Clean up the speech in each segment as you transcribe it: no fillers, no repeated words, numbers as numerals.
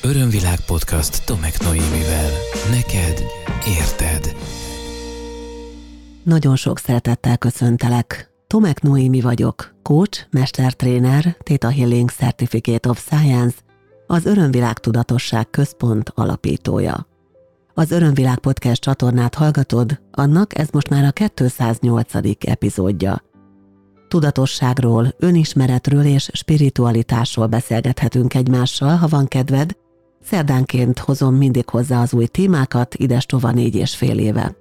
Örömvilág podcast Tomek Noémivel. Neked érted. Nagyon sok szeretettel köszöntelek. Tomek Noémi vagyok, coach, mestertréner, Theta Healing Certificate of Science, az Örömvilág Tudatosság Központ alapítója. Az Örömvilág podcast csatornát hallgatod, annak ez most már a 208. epizódja. Tudatosságról, önismeretről és spiritualitásról beszélgethetünk egymással, ha van kedved. Szerdánként hozom mindig hozzá az új témákat, idestova 4,5 éve.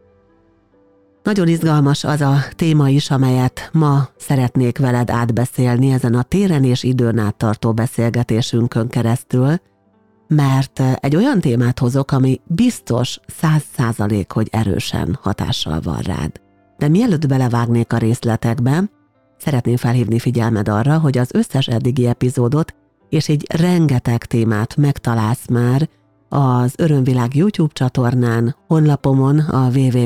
Nagyon izgalmas az a téma is, amelyet ma szeretnék veled átbeszélni ezen a téren és időn át tartó beszélgetésünkön keresztül, mert egy olyan témát hozok, ami biztos 100%, hogy erősen hatással van rád. De mielőtt belevágnék a részletekbe, szeretném felhívni figyelmed arra, hogy az összes eddigi epizódot és így rengeteg témát megtalálsz már az Örömvilág YouTube csatornán, honlapomon, a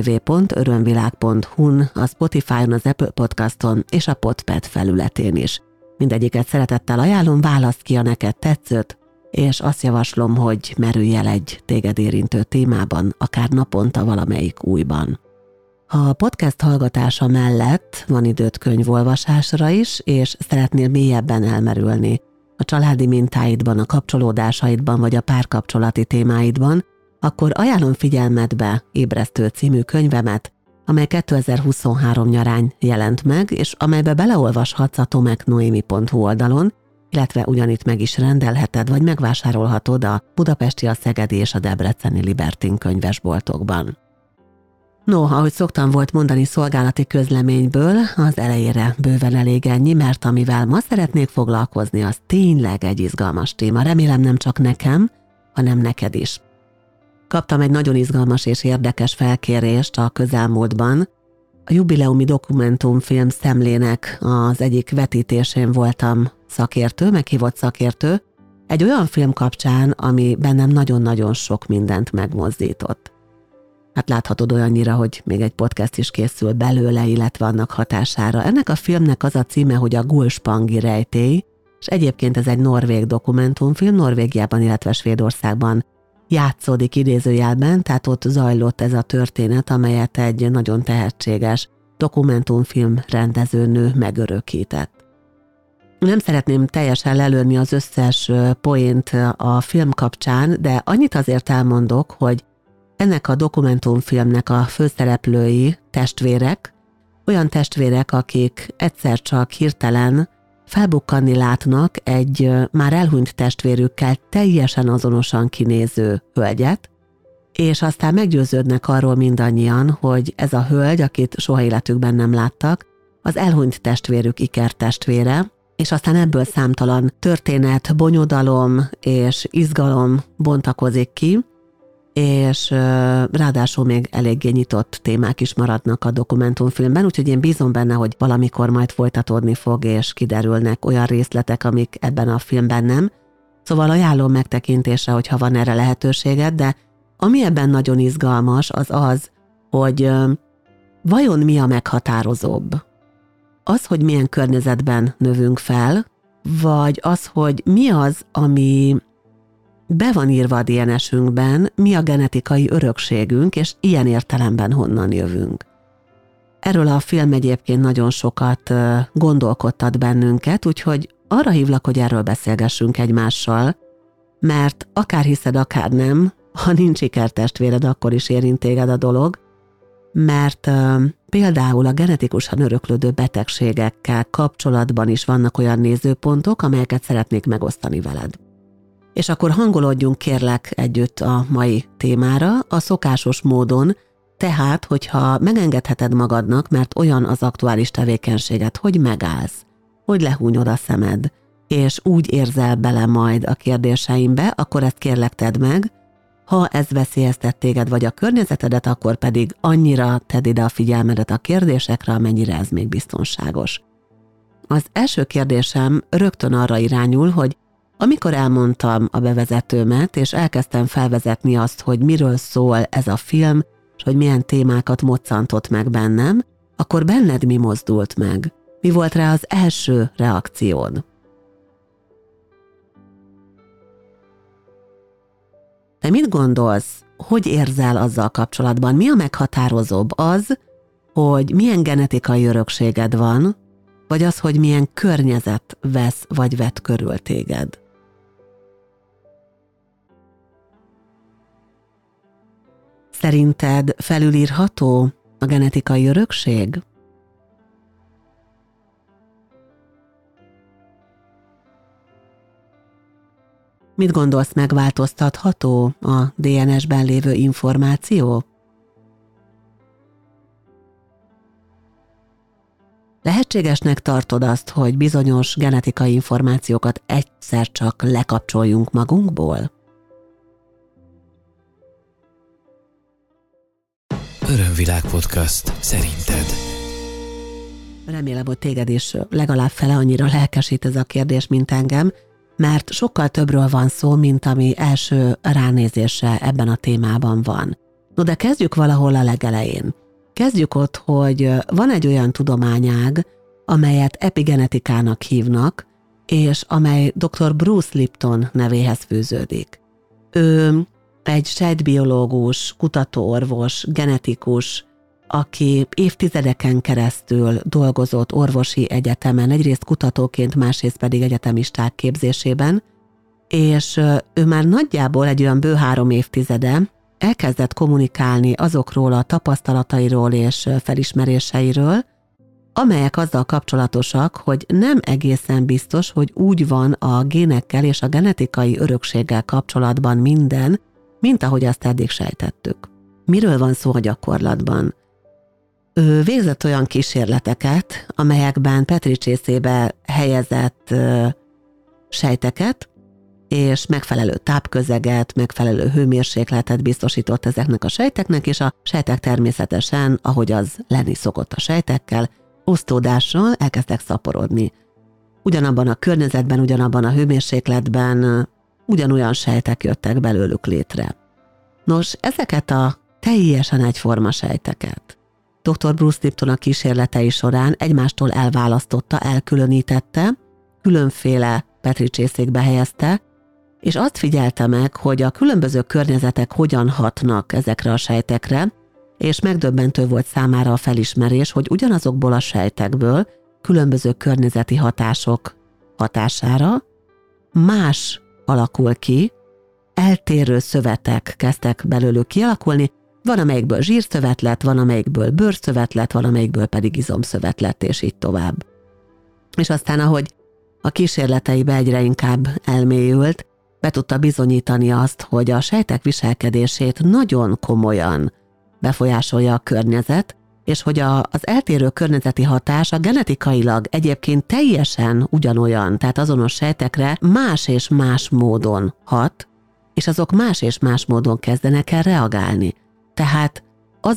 www.örömvilág.hu-n, a Spotify-on, az Apple Podcaston és a Podpad felületén is. Mindegyiket szeretettel ajánlom, válaszd ki a neked tetszőt, és azt javaslom, hogy merülj el egy téged érintő témában, akár naponta valamelyik újban. A podcast hallgatása mellett van időd könyvolvasásra is, és szeretnél mélyebben elmerülni a családi mintáidban, a kapcsolódásaidban vagy a párkapcsolati témáidban, akkor ajánlom figyelmedbe Ébresztő című könyvemet, amely 2023 nyarán jelent meg, és amelybe beleolvashatsz a tomeknoemi.hu oldalon, illetve ugyanitt meg is rendelheted, vagy megvásárolhatod a budapesti, a szegedi és a debreceni Libertin könyvesboltokban. No, ahogy szoktam volt mondani szolgálati közleményből, az elejére bőven elég ennyi, mert amivel ma szeretnék foglalkozni, az tényleg egy izgalmas téma. Remélem nem csak nekem, hanem neked is. Kaptam egy nagyon izgalmas és érdekes felkérést a közelmúltban. A jubileumi dokumentumfilm Szemlének az egyik vetítésén voltam szakértő, meghívott szakértő, egy olyan film kapcsán, ami bennem nagyon-nagyon sok mindent megmozdított. Hát láthatod olyannyira, hogy még egy podcast is készül belőle, illetve annak hatására. Ennek a filmnek az a címe, hogy a Gulspangi rejtély, és egyébként ez egy norvég dokumentumfilm, Norvégiában, illetve Svédországban játszódik idézőjelben, tehát ott zajlott ez a történet, amelyet egy nagyon tehetséges dokumentumfilm rendezőnő megörökített. Nem szeretném teljesen lelőni az összes poént a film kapcsán, de annyit azért elmondok, hogy ennek a dokumentumfilmnek a főszereplői testvérek, olyan testvérek, akik egyszer csak hirtelen felbukkanni látnak egy már elhunyt testvérükkel teljesen azonosan kinéző hölgyet, és aztán meggyőződnek arról mindannyian, hogy ez a hölgy, akit soha életükben nem láttak, az elhunyt testvérük ikertestvére, és aztán ebből számtalan történet, bonyodalom és izgalom bontakozik ki, és ráadásul még eléggé nyitott témák is maradnak a dokumentumfilmben, úgyhogy én bízom benne, hogy valamikor majd folytatódni fog, és kiderülnek olyan részletek, amik ebben a filmben nem. Szóval ajánlom megtekintésre, hogyha van erre lehetőséged, de ami ebben nagyon izgalmas, az az, hogy vajon mi a meghatározóbb? Az, hogy milyen környezetben növünk fel, vagy az, hogy mi az, ami be van írva a DNS-ünkben, mi a genetikai örökségünk, és ilyen értelemben honnan jövünk. Erről a film egyébként nagyon sokat gondolkodtat bennünket, úgyhogy arra hívlak, hogy erről beszélgessünk egymással, mert akár hiszed, akár nem, ha nincs ikertestvéred, akkor is érint téged a dolog, mert például a genetikusan öröklődő betegségekkel kapcsolatban is vannak olyan nézőpontok, amelyeket szeretnék megosztani veled. És akkor hangolódjunk kérlek együtt a mai témára, a szokásos módon, tehát, hogyha megengedheted magadnak, mert olyan az aktuális tevékenységed, hogy megállsz, hogy lehúnyod a szemed, és úgy érzel bele majd a kérdéseimbe, akkor ezt kérlek tedd meg. Ha ez veszélyeztet téged vagy a környezetedet, akkor pedig annyira tedd ide a figyelmedet a kérdésekre, amennyire ez még biztonságos. Az első kérdésem rögtön arra irányul, hogy amikor elmondtam a bevezetőmet, és elkezdtem felvezetni azt, hogy miről szól ez a film, és hogy milyen témákat moccantott meg bennem, akkor benned mi mozdult meg? Mi volt rá az első reakciód? Te mit gondolsz, hogy érzel azzal kapcsolatban? Mi a meghatározóbb? Az, hogy milyen genetikai örökséged van, vagy az, hogy milyen környezet vesz vagy vet körül téged? Szerinted felülírható a genetikai örökség? Mit gondolsz, megváltoztatható a DNS-ben lévő információ? Lehetségesnek tartod azt, hogy bizonyos genetikai információkat egyszer csak lekapcsoljunk magunkból? Örömvilág podcast. Szerinted? Remélem, hogy téged is legalább fele annyira lelkesít ez a kérdés, mint engem, mert sokkal többről van szó, mint ami első ránézésre ebben a témában van. No, de kezdjük valahol a legelején. Kezdjük ott, hogy van egy olyan tudományág, amelyet epigenetikának hívnak, és amely dr. Bruce Lipton nevéhez fűződik. Ő egy sejtbiológus, kutatóorvos, genetikus, aki évtizedeken keresztül dolgozott orvosi egyetemen, egyrészt kutatóként, másrészt pedig egyetemisták képzésében, és ő már nagyjából egy olyan bő 3 évtizede elkezdett kommunikálni azokról a tapasztalatairól és felismeréseiről, amelyek azzal kapcsolatosak, hogy nem egészen biztos, hogy úgy van a génekkel és a genetikai örökséggel kapcsolatban minden, mint ahogy azt eddig sejtettük. Miről van szó a gyakorlatban? Ő végzett olyan kísérleteket, amelyekben petricsészébe helyezett sejteket, és megfelelő tápközeget, megfelelő hőmérsékletet biztosított ezeknek a sejteknek, és a sejtek természetesen, ahogy az lenni szokott a sejtekkel, osztódással elkezdtek szaporodni. Ugyanabban a környezetben, ugyanabban a hőmérsékletben ugyanolyan sejtek jöttek belőlük létre. Nos, ezeket a teljesen egyforma sejteket dr. Bruce Lipton a kísérletei során egymástól elválasztotta, elkülönítette, különféle petricsészékbe helyezte, és azt figyelte meg, hogy a különböző környezetek hogyan hatnak ezekre a sejtekre, és megdöbbentő volt számára a felismerés, hogy ugyanazokból a sejtekből különböző környezeti hatások hatására más alakul ki, eltérő szövetek kezdtek belőlük kialakulni, van amelyikből zsírszövet lett, van amelyikből bőrszövet lett, van amelyikből pedig izomszövet lett, és így tovább. És aztán, ahogy a kísérleteibe egyre inkább elmélyült, be tudta bizonyítani azt, hogy a sejtek viselkedését nagyon komolyan befolyásolja a környezet, és hogy az eltérő környezeti hatás a genetikailag egyébként teljesen ugyanolyan, tehát azonos sejtekre más és más módon hat, és azok más és más módon kezdenek el reagálni. Tehát az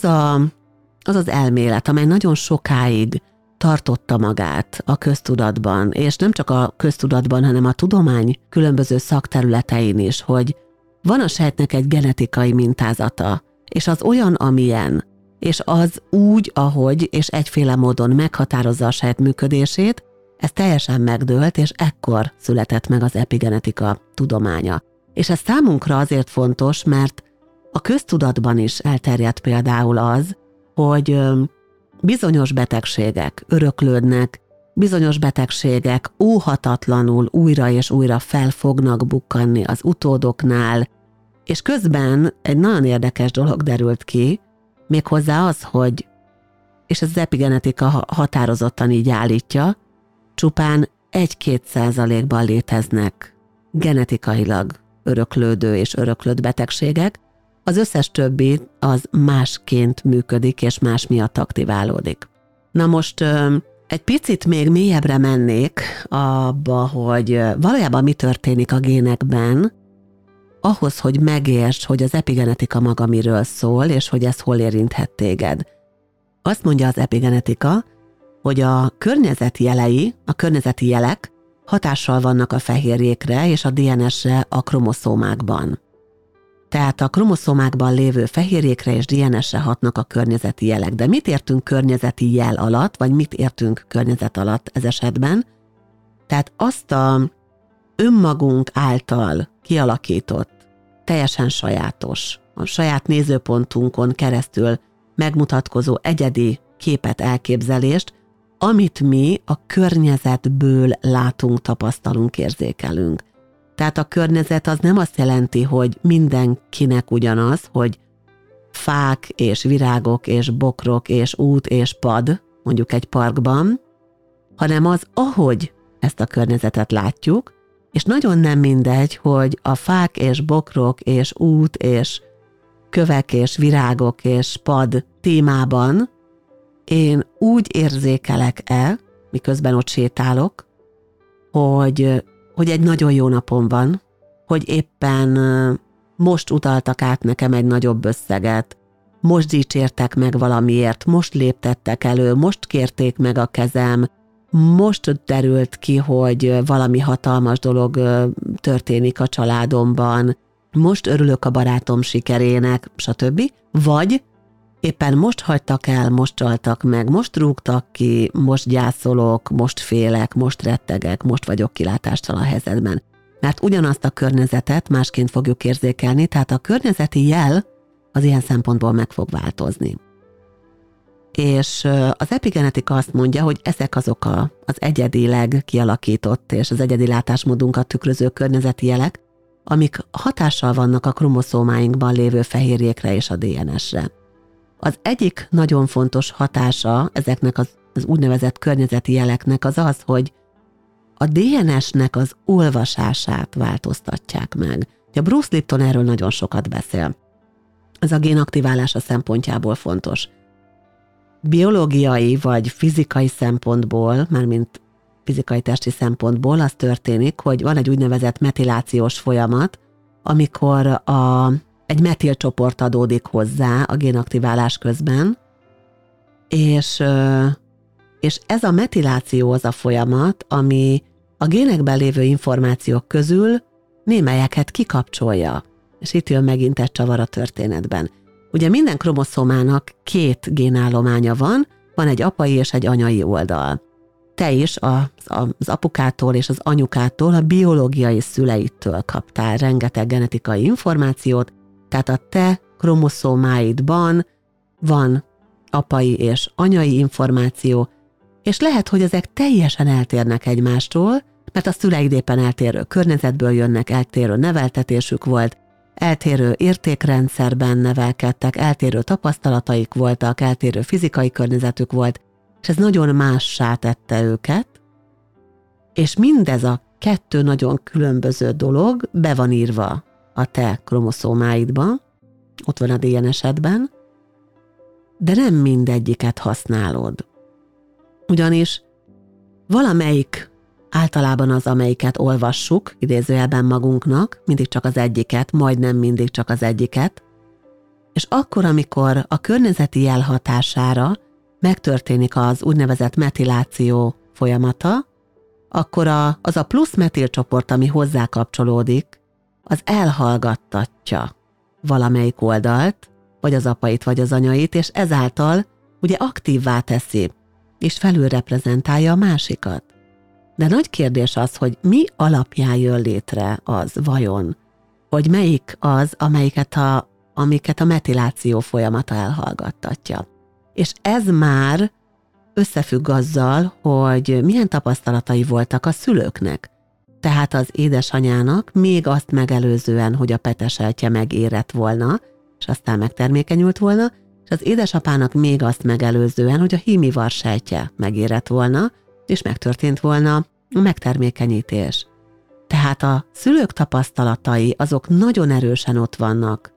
az elmélet, amely nagyon sokáig tartotta magát a köztudatban, és nem csak a köztudatban, hanem a tudomány különböző szakterületein is, hogy van a sejtnek egy genetikai mintázata, és az olyan, amilyen, és az úgy, ahogy, és egyféle módon meghatározza a sejt működését, ez teljesen megdőlt, és ekkor született meg az epigenetika tudománya. És ez számunkra azért fontos, mert a köztudatban is elterjedt például az, hogy bizonyos betegségek öröklődnek, bizonyos betegségek óhatatlanul újra és újra fel fognak bukkanni az utódoknál, és közben egy nagyon érdekes dolog derült ki, méghozzá az, hogy, és ez az epigenetika határozottan így állítja, csupán 1-2%-ban léteznek genetikailag öröklődő és öröklött betegségek, az összes többi az másként működik, és más miatt aktiválódik. Na most egy picit még mélyebbre mennék abba, hogy valójában mi történik a génekben, ahhoz, hogy megértsd, hogy az epigenetika maga miről szól, és hogy ez hol érinthet téged. Azt mondja az epigenetika, hogy a környezet jelei, a környezeti jelek hatással vannak a fehérjékre és a DNS-re a kromoszómákban. Tehát a kromoszómákban lévő fehérjékre és DNS-re hatnak a környezeti jelek. De mit értünk környezeti jel alatt, vagy mit értünk környezet alatt ez esetben? Tehát azt a önmagunk által kialakított teljesen sajátos, a saját nézőpontunkon keresztül megmutatkozó egyedi képet, elképzelést, amit mi a környezetből látunk, tapasztalunk, érzékelünk. Tehát a környezet az nem azt jelenti, hogy mindenkinek ugyanaz, hogy fák és virágok és bokrok és út és pad, mondjuk egy parkban, hanem az, ahogy ezt a környezetet látjuk, és nagyon nem mindegy, hogy a fák és bokrok és út és kövek és virágok és pad témában én úgy érzékelek-e, miközben ott sétálok, hogy egy nagyon jó napom van, hogy éppen most utaltak át nekem egy nagyobb összeget, most dicsértek meg valamiért, most léptettek elő, most kérték meg a kezem, most derült ki, hogy valami hatalmas dolog történik a családomban, most örülök a barátom sikerének, stb. Vagy éppen most hagytak el, most csaltak meg, most rúgtak ki, most gyászolok, most félek, most rettegek, most vagyok kilátástalan helyzetben. Mert ugyanazt a környezetet másként fogjuk érzékelni, tehát a környezeti jel az ilyen szempontból meg fog változni. És az epigenetika azt mondja, hogy ezek azok az egyedileg kialakított és az egyedi látásmódunkat tükröző környezeti jelek, amik hatással vannak a kromoszómáinkban lévő fehérjékre és a DNS-re. Az egyik nagyon fontos hatása ezeknek az úgynevezett környezeti jeleknek az az, hogy a DNS-nek az olvasását változtatják meg. A Bruce Lipton erről nagyon sokat beszél. Ez a gén aktiválása szempontjából fontos. Biológiai vagy fizikai szempontból, mármint fizikai testi szempontból az történik, hogy van egy úgynevezett metilációs folyamat, amikor egy metilcsoport adódik hozzá a génaktiválás közben, és ez a metiláció az a folyamat, ami a génekben lévő információk közül némelyeket kikapcsolja. És itt jön megint egy csavar a történetben. Ugye minden kromoszómának 2 génállománya van egy apai és egy anyai oldal. Te is az apukától és az anyukától, a biológiai szüleitől kaptál rengeteg genetikai információt, tehát a te kromoszómáidban van apai és anyai információ, és lehet, hogy ezek teljesen eltérnek egymástól, mert a szüleid éppen eltérő környezetből jönnek, eltérő neveltetésük volt, eltérő értékrendszerben nevelkedtek, eltérő tapasztalataik voltak, eltérő fizikai környezetük volt, és ez nagyon mássá tette őket, és mindez a 2 nagyon különböző dolog be van írva a te kromoszómáidba, ott van a DNS-edben, de nem mindegyiket használod. Ugyanis valamelyik általában az, amelyiket olvassuk, idézőjelben magunknak, mindig csak az egyiket, majdnem mindig csak az egyiket, és akkor, amikor a környezeti jel hatására megtörténik az úgynevezett metiláció folyamata, akkor az a plusz metilcsoport, ami hozzá kapcsolódik, az elhallgattatja valamelyik oldalt, vagy az apait, vagy az anyait, és ezáltal ugye aktívvá teszi, és felülreprezentálja a másikat. De nagy kérdés az, hogy mi alapján jön létre az vajon, hogy melyik az, amiket a metiláció folyamata elhallgattatja. És ez már összefügg azzal, hogy milyen tapasztalatai voltak a szülőknek. Tehát az édesanyának még azt megelőzően, hogy a peteseltje megérett volna, és aztán megtermékenyült volna, és az édesapának még azt megelőzően, hogy a hímivar sejtje megérett volna, és megtörtént volna a megtermékenyítés. Tehát a szülők tapasztalatai azok nagyon erősen ott vannak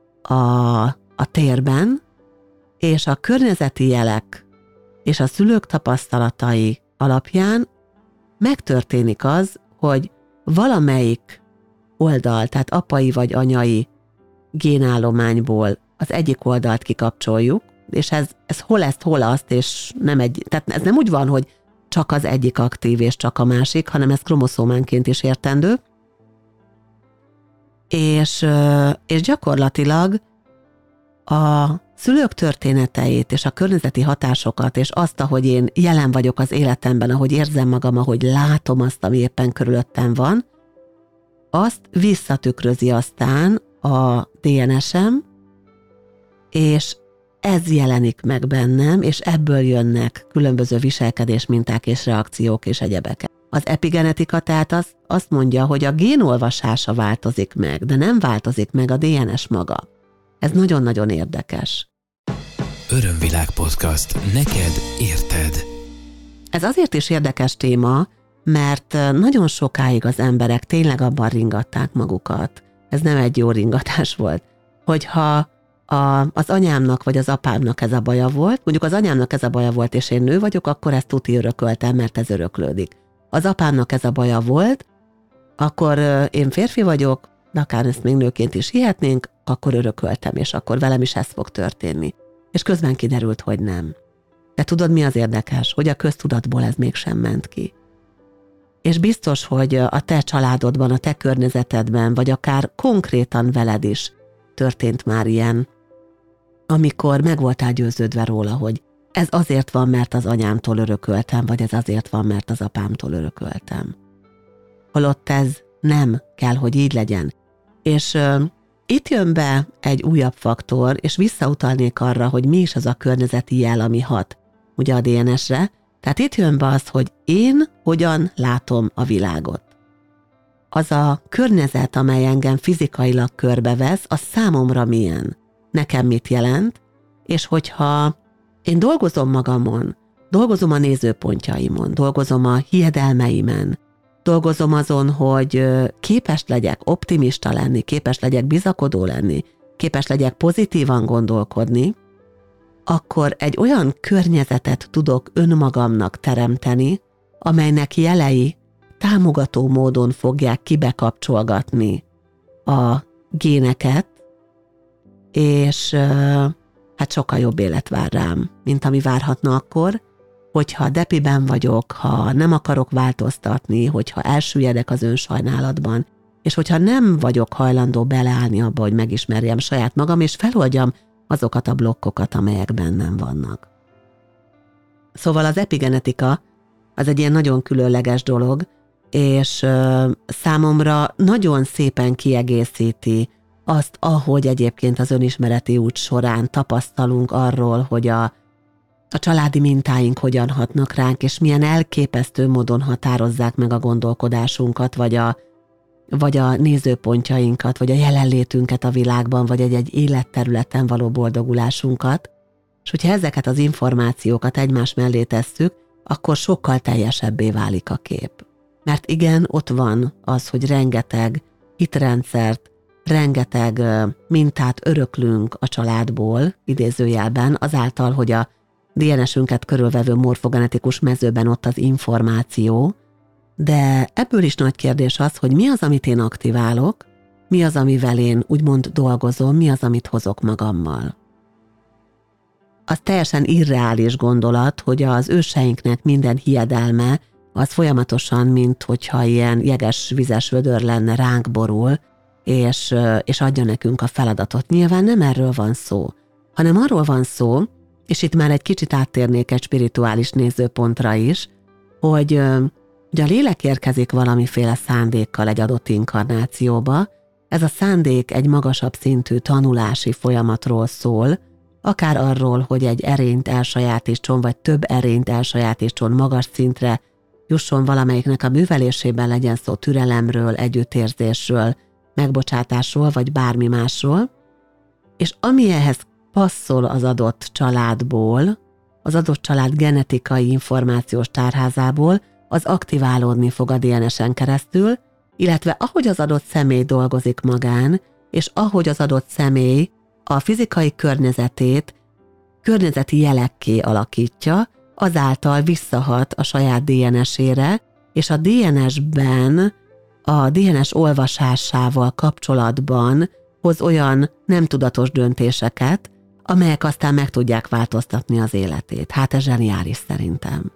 a térben, és a környezeti jelek és a szülők tapasztalatai alapján megtörténik az, hogy valamelyik oldal, tehát apai vagy anyai génállományból az egyik oldalt kikapcsoljuk, és ez hol ezt, hol azt, és tehát ez nem úgy van, hogy csak az egyik aktív, és csak a másik, hanem ez kromoszómánként is értendő. És gyakorlatilag a szülők történeteit, és a környezeti hatásokat, és azt, ahogy én jelen vagyok az életemben, ahogy érzem magam, ahogy látom azt, ami éppen körülöttem van, azt visszatükrözi aztán a DNS-em, és ez jelenik meg bennem, és ebből jönnek különböző viselkedésminták és reakciók és egyebek. Az epigenetika tehát azt mondja, hogy a génolvasása változik meg, de nem változik meg a DNS maga. Ez nagyon-nagyon érdekes. Örömvilág podcast. Neked érted. Ez azért is érdekes téma, mert nagyon sokáig az emberek tényleg abban ringatták magukat. Ez nem egy jó ringatás volt, hogyha az anyámnak vagy az apámnak ez a baja volt, mondjuk az anyámnak ez a baja volt, és én nő vagyok, akkor ezt tuti örököltem, mert ez öröklődik. Az apámnak ez a baja volt, akkor én férfi vagyok, de akár ezt még nőként is hihetnénk, akkor örököltem, és akkor velem is ez fog történni. És közben kiderült, hogy nem. De tudod, mi az érdekes? Hogy a köztudatból ez mégsem ment ki. És biztos, hogy a te családodban, a te környezetedben, vagy akár konkrétan veled is történt már ilyen, amikor meg voltál győződve róla, hogy ez azért van, mert az anyámtól örököltem, vagy ez azért van, mert az apámtól örököltem. Holott ez nem kell, hogy így legyen. És itt jön be egy újabb faktor, és visszautalnék arra, hogy mi is az a környezeti jel, ami hat, ugye a DNS-re. Tehát itt jön be az, hogy én hogyan látom a világot. Az a környezet, amely engem fizikailag körbevesz, az számomra milyen, nekem mit jelent, és hogyha én dolgozom magamon, dolgozom a nézőpontjaimon, dolgozom a hiedelmeimen, dolgozom azon, hogy képes legyek optimista lenni, képes legyek bizakodó lenni, képes legyek pozitívan gondolkodni, akkor egy olyan környezetet tudok önmagamnak teremteni, amelynek jelei támogató módon fogják kibekapcsolgatni a géneket, és hát sokkal jobb élet vár rám, mint ami várhatna akkor, hogyha depiben vagyok, ha nem akarok változtatni, hogyha elsüllyedek az önsajnálatban, és hogyha nem vagyok hajlandó beleállni abba, hogy megismerjem saját magam, és feloldjam azokat a blokkokat, amelyek bennem vannak. Szóval az epigenetika az egy ilyen nagyon különleges dolog, és számomra nagyon szépen kiegészíti azt, ahogy egyébként az önismereti út során tapasztalunk arról, hogy a családi mintáink hogyan hatnak ránk, és milyen elképesztő módon határozzák meg a gondolkodásunkat, vagy a nézőpontjainkat, vagy a jelenlétünket a világban, vagy egy életterületen való boldogulásunkat. És hogyha ezeket az információkat egymás mellé tesszük, akkor sokkal teljesebbé válik a kép. Mert igen, ott van az, hogy rengeteg hitrendszert, rengeteg mintát öröklünk a családból, idézőjelben, azáltal, hogy a DNS-ünket körülvevő morfogenetikus mezőben ott az információ, de ebből is nagy kérdés az, hogy mi az, amit én aktiválok, mi az, amivel én úgymond dolgozom, mi az, amit hozok magammal. Az teljesen irreális gondolat, hogy az őseinknek minden hiedelme az folyamatosan, mint hogyha ilyen jeges-vizes vödör lenne, ránk borul, és adja nekünk a feladatot. Nyilván nem erről van szó, hanem arról van szó, és itt már egy kicsit áttérnék egy spirituális nézőpontra is, hogy a lélek érkezik valamiféle szándékkal egy adott inkarnációba, ez a szándék egy magasabb szintű tanulási folyamatról szól, akár arról, hogy egy erényt elsajátítson, vagy több erényt elsajátítson, magas szintre jusson valamelyiknek a művelésében, legyen szó türelemről, együttérzésről, megbocsátásról, vagy bármi másról, és ami ehhez passzol az adott családból, az adott család genetikai információs tárházából, az aktiválódni fog a DNS-en keresztül, illetve ahogy az adott személy dolgozik magán, és ahogy az adott személy a fizikai környezetét környezeti jelekké alakítja, azáltal visszahat a saját DNS-ére, és a DNS-ben, a DNS olvasásával kapcsolatban hoz olyan nem tudatos döntéseket, amelyek aztán meg tudják változtatni az életét. Hát ez zseniális szerintem.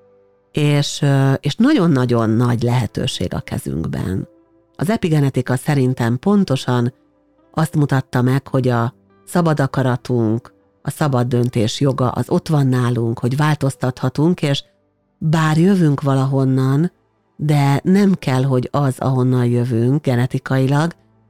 És nagyon-nagyon nagy lehetőség a kezünkben. Az epigenetika szerintem pontosan azt mutatta meg, hogy a szabad akaratunk, a szabad döntés joga az ott van nálunk, hogy változtathatunk, és bár jövünk valahonnan, de nem kell, hogy az, ahonnan jövünk genetikailag,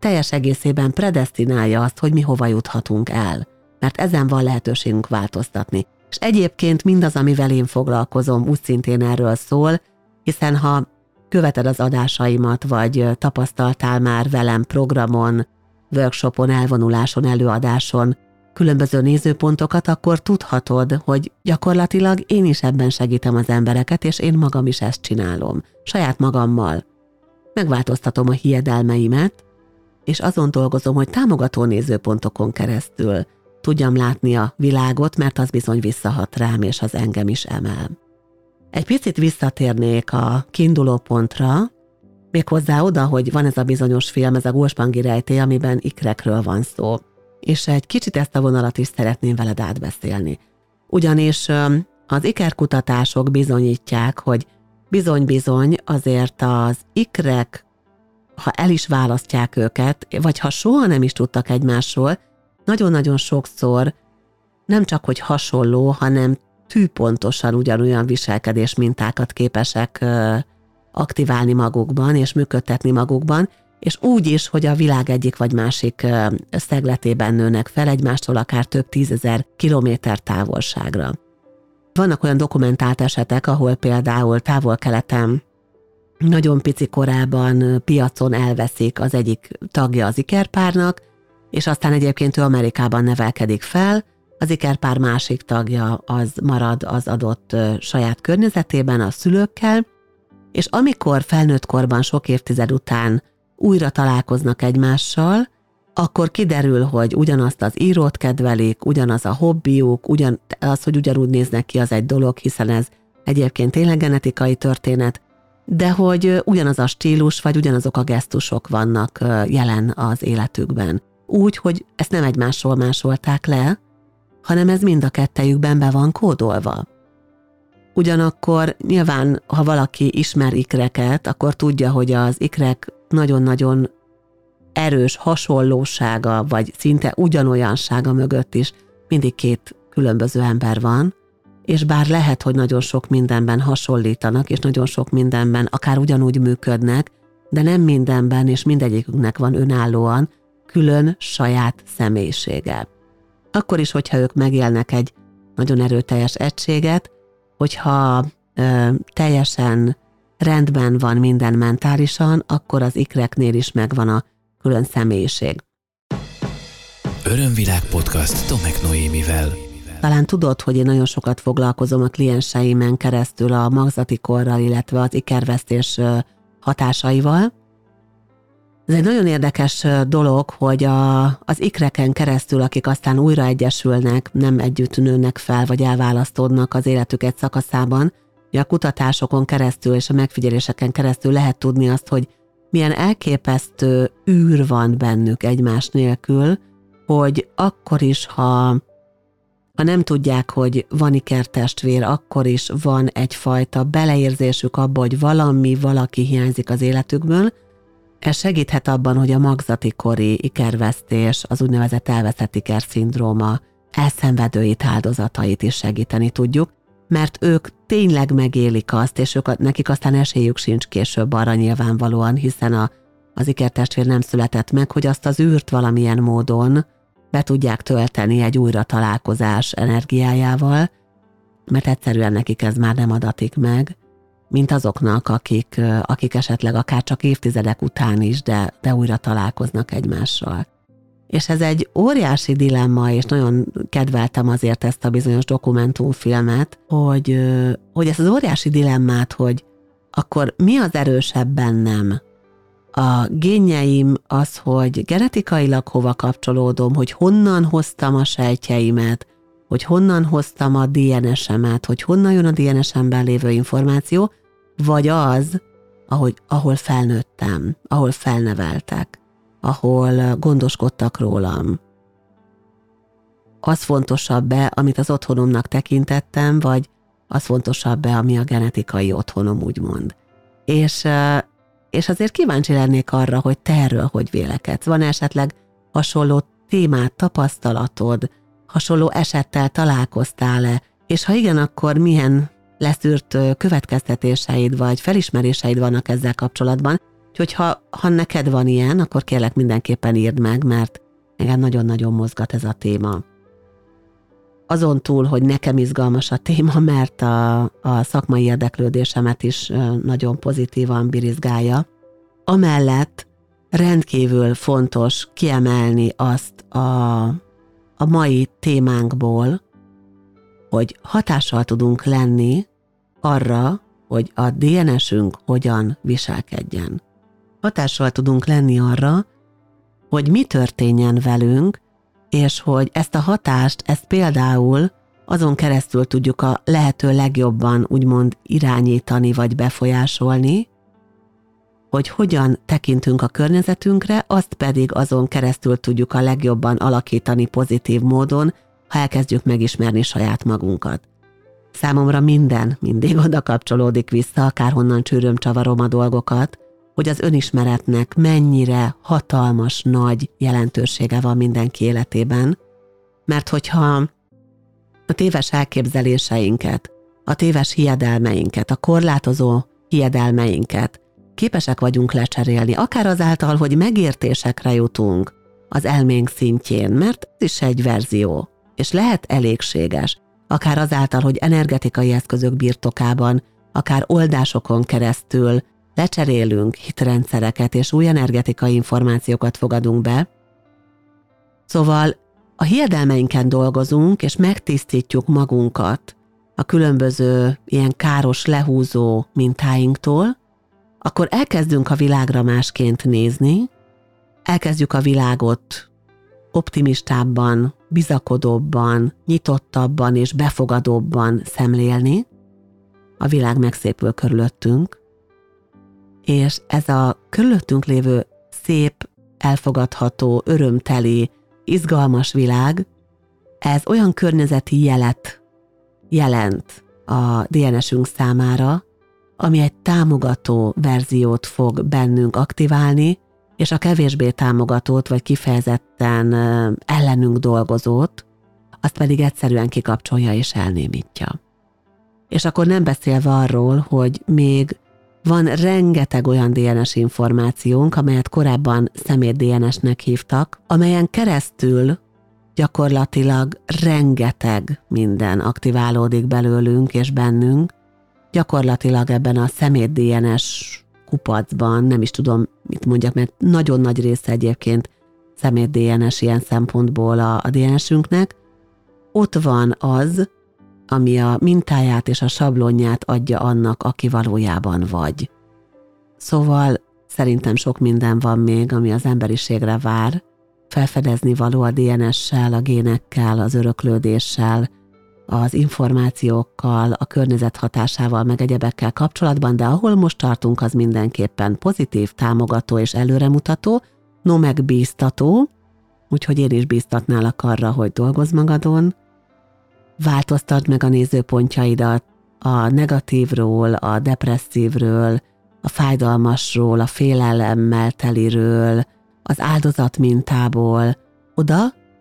teljes egészében predesztinálja azt, hogy mi hova juthatunk el, mert ezen van lehetőségünk változtatni. És egyébként mindaz, amivel én foglalkozom, úgy szintén erről szól, hiszen ha követed az adásaimat, vagy tapasztaltál már velem programon, workshopon, elvonuláson, előadáson különböző nézőpontokat, akkor tudhatod, hogy gyakorlatilag én is ebben segítem az embereket, és én magam is ezt csinálom, saját magammal. Megváltoztatom a hiedelmeimet, és azon dolgozom, hogy támogató nézőpontokon keresztül tudjam látni a világot, mert az bizony visszahat rám, és az engem is emel. Egy picit visszatérnék a kiinduló pontra, méghozzá oda, hogy van ez a bizonyos film, ez a Gulspangi rejtély, amiben ikrekről van szó. És egy kicsit ezt a vonalat is szeretném veled átbeszélni. Ugyanis az ikerkutatások bizonyítják, hogy bizony-bizony azért az ikrek, ha el is választják őket, vagy ha soha nem is tudtak egymásról, nagyon-nagyon sokszor nem csak, hogy hasonló, hanem tűpontosan ugyanolyan viselkedés mintákat képesek aktiválni magukban és működtetni magukban, és úgy is, hogy a világ egyik vagy másik szegletében nőnek fel egymástól akár több 10 000 kilométer távolságra. Vannak olyan dokumentált esetek, ahol például Távol-Keleten nagyon pici korában piacon elveszik az egyik tagja az ikerpárnak, és aztán egyébként ő Amerikában nevelkedik fel, az ikerpár másik tagja az marad az adott saját környezetében, a szülőkkel, és amikor felnőtt korban sok évtized után újra találkoznak egymással, akkor kiderül, hogy ugyanazt az írót kedvelik, ugyanaz a hobbiuk, az, hogy ugyanúgy néznek ki, az egy dolog, hiszen ez egyébként tényleg genetikai történet, de hogy ugyanaz a stílus, vagy ugyanazok a gesztusok vannak jelen az életükben. Úgy, hogy ezt nem egymásról másolták le, hanem ez mind a kettejükben be van kódolva. Ugyanakkor nyilván, ha valaki ismer ikreket, akkor tudja, hogy az ikrek nagyon-nagyon erős hasonlósága, vagy szinte ugyanolyansága mögött is mindig két különböző ember van, és bár lehet, hogy nagyon sok mindenben hasonlítanak, és nagyon sok mindenben akár ugyanúgy működnek, de nem mindenben, és mindegyikünknek van önállóan külön saját személyisége. Akkor is, hogyha ők megélnek egy nagyon erőteljes egységet, hogyha teljesen rendben van minden mentálisan, akkor az ikreknél is megvan a külön személyiség. Örömvilág podcast Tomek Noémivel. Talán tudod, hogy én nagyon sokat foglalkozom a klienseimen keresztül a magzati korral, illetve az ikervesztés hatásaival. Ez egy nagyon érdekes dolog, hogy az ikreken keresztül, akik aztán újra egyesülnek, nem együtt nőnek fel, vagy elválasztódnak az életük egy szakaszában, a kutatásokon keresztül és a megfigyeléseken keresztül lehet tudni azt, hogy milyen elképesztő űr van bennük egymás nélkül, hogy akkor is, ha nem tudják, hogy van ikertestvér, akkor is van egyfajta beleérzésük abba, hogy valaki hiányzik az életükből. Ez segíthet abban, hogy a magzati kori ikervesztés, az úgynevezett elveszett ikerszindróma elszenvedőit, áldozatait is segíteni tudjuk, mert ők tényleg megélik azt, és nekik aztán esélyük sincs később arra nyilvánvalóan, hiszen az ikertestvér nem született meg, hogy azt az űrt valamilyen módon be tudják tölteni egy újra találkozás energiájával, mert egyszerűen nekik ez már nem adatik meg, mint azoknak, akik esetleg akár csak évtizedek után is, de újra találkoznak egymással. És ez egy óriási dilemma, és nagyon kedveltem azért ezt a bizonyos dokumentumfilmet, hogy ezt az óriási dilemmát, hogy akkor mi az erősebb bennem? A génjeim az, hogy genetikailag hova kapcsolódom, hogy honnan hoztam a sejtjeimet, hogy honnan hoztam a DNS-emet, hogy honnan jön a DNS-emben lévő információ, vagy az, ahol felnőttem, ahol felneveltek, ahol gondoskodtak rólam. Az fontosabb-e, amit az otthonomnak tekintettem, vagy az fontosabb-e, ami a genetikai otthonom, úgymond. És azért kíváncsi lennék arra, hogy te erről hogy vélekedsz. Van esetleg hasonló témát, tapasztalatod, hasonló esettel találkoztál-e, és ha igen, akkor milyen leszűrt következtetéseid vagy felismeréseid vannak ezzel kapcsolatban, Úgyhogy ha neked van ilyen, akkor kérlek mindenképpen írd meg, mert engem nagyon-nagyon mozgat ez a téma. Azon túl, hogy nekem izgalmas a téma, mert a szakmai érdeklődésemet is nagyon pozitívan birizgálja. Amellett rendkívül fontos kiemelni azt a mai témánkból, hogy hatással tudunk lenni arra, hogy a DNS-ünk hogyan viselkedjen. Hatással tudunk lenni arra, hogy mi történjen velünk, és hogy ezt a hatást, ezt például azon keresztül tudjuk a lehető legjobban úgymond irányítani vagy befolyásolni, hogy hogyan tekintünk a környezetünkre, azt pedig azon keresztül tudjuk a legjobban alakítani pozitív módon, ha elkezdjük megismerni saját magunkat. Számomra minden mindig oda kapcsolódik vissza, akárhonnan csűröm-csavarom a dolgokat, hogy az önismeretnek mennyire hatalmas, nagy jelentősége van mindenki életében, mert hogyha a téves elképzeléseinket, a téves hiedelmeinket, a korlátozó hiedelmeinket képesek vagyunk lecserélni, akár azáltal, hogy megértésekre jutunk az elménk szintjén, mert ez is egy verzió, és lehet elégséges, akár azáltal, hogy energetikai eszközök birtokában, akár oldásokon keresztül lecserélünk hitrendszereket, és új energetikai információkat fogadunk be. Szóval a hiedelmeinken dolgozunk, és megtisztítjuk magunkat a különböző ilyen káros, lehúzó mintáinktól, akkor elkezdünk a világra másként nézni, elkezdjük a világot optimistábban, bizakodóbban, nyitottabban és befogadóbban szemlélni, a világ megszépül körülöttünk, és ez a körülöttünk lévő szép, elfogadható, örömteli, izgalmas világ, ez olyan környezeti jelet jelent a DNS-ünk számára, ami egy támogató verziót fog bennünk aktiválni, és a kevésbé támogatót, vagy kifejezetten ellenünk dolgozót, azt pedig egyszerűen kikapcsolja és elnémítja. És akkor nem beszélve arról, hogy még van rengeteg olyan DNS információnk, amelyet korábban szemét DNS-nek hívtak, amelyen keresztül gyakorlatilag rengeteg minden aktiválódik belőlünk és bennünk, gyakorlatilag ebben a szemét DNS kupacban, nem is tudom, mit mondjak, mert nagyon nagy része egyébként szemét DNS ilyen szempontból a DNS-ünknek, ott van az, ami a mintáját és a sablonját adja annak, aki valójában vagy. Szóval szerintem sok minden van még, ami az emberiségre vár, felfedezni való a DNS-sel, a génekkel, az öröklődéssel, az információkkal, a környezet hatásával, meg egyebekkel kapcsolatban, de ahol most tartunk, az mindenképpen pozitív, támogató és előremutató, no meg bíztató, úgyhogy én is bíztatnálak arra, hogy dolgozz magadon, változtasd meg a nézőpontjaidat a negatívról, a depresszívről, a fájdalmasról, a félelemmel teliről, az áldozatmintából, oda,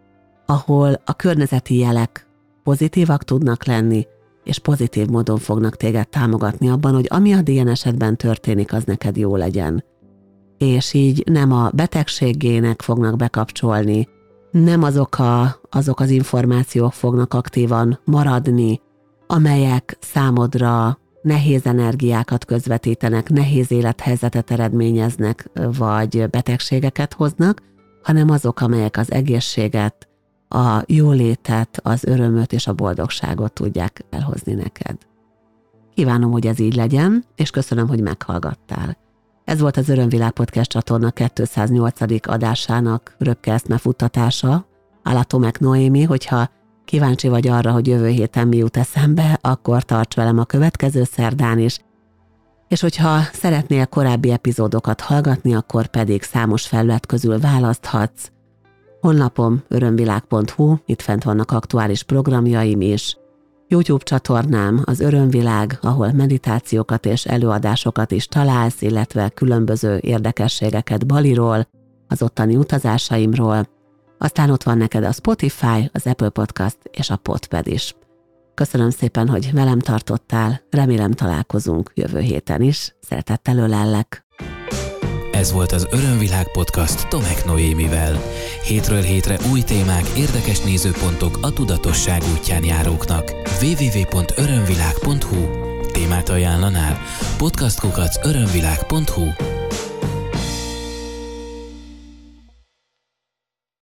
ahol a környezeti jelek pozitívak tudnak lenni, és pozitív módon fognak téged támogatni abban, hogy ami a DNS-edben történik, az neked jó legyen. És így nem a betegségének fognak bekapcsolni, nem azok az információk fognak aktívan maradni, amelyek számodra nehéz energiákat közvetítenek, nehéz élethelyzetet eredményeznek, vagy betegségeket hoznak, hanem azok, amelyek az egészséget, a jólétet, az örömöt és a boldogságot tudják elhozni neked. Kívánom, hogy ez így legyen, és köszönöm, hogy meghallgattál. Ez volt az Örömvilág Podcast csatorna 208. adásának röpke eszmefuttatása. Álla Tomek Noémi, hogyha kíváncsi vagy arra, hogy jövő héten mi jut eszembe, akkor tarts velem a következő szerdán is. És hogyha szeretnél korábbi epizódokat hallgatni, akkor pedig számos felület közül választhatsz. Honlapom örömvilág.hu, itt fent vannak aktuális programjaim is. YouTube csatornám az Örömvilág, ahol meditációkat és előadásokat is találsz, illetve különböző érdekességeket Baliról, az ottani utazásaimról. Aztán ott van neked a Spotify, az Apple Podcast és a Podpad is. Köszönöm szépen, hogy velem tartottál, remélem találkozunk jövő héten is. Szeretettel ölellek! Ez volt az Örömvilág podcast Tomek Noémivel. Hétről hétre új témák, érdekes nézőpontok a tudatosság útján járóknak. www.örömvilág.hu. Témát ajánlanál? podcastkukac.örömvilág.hu.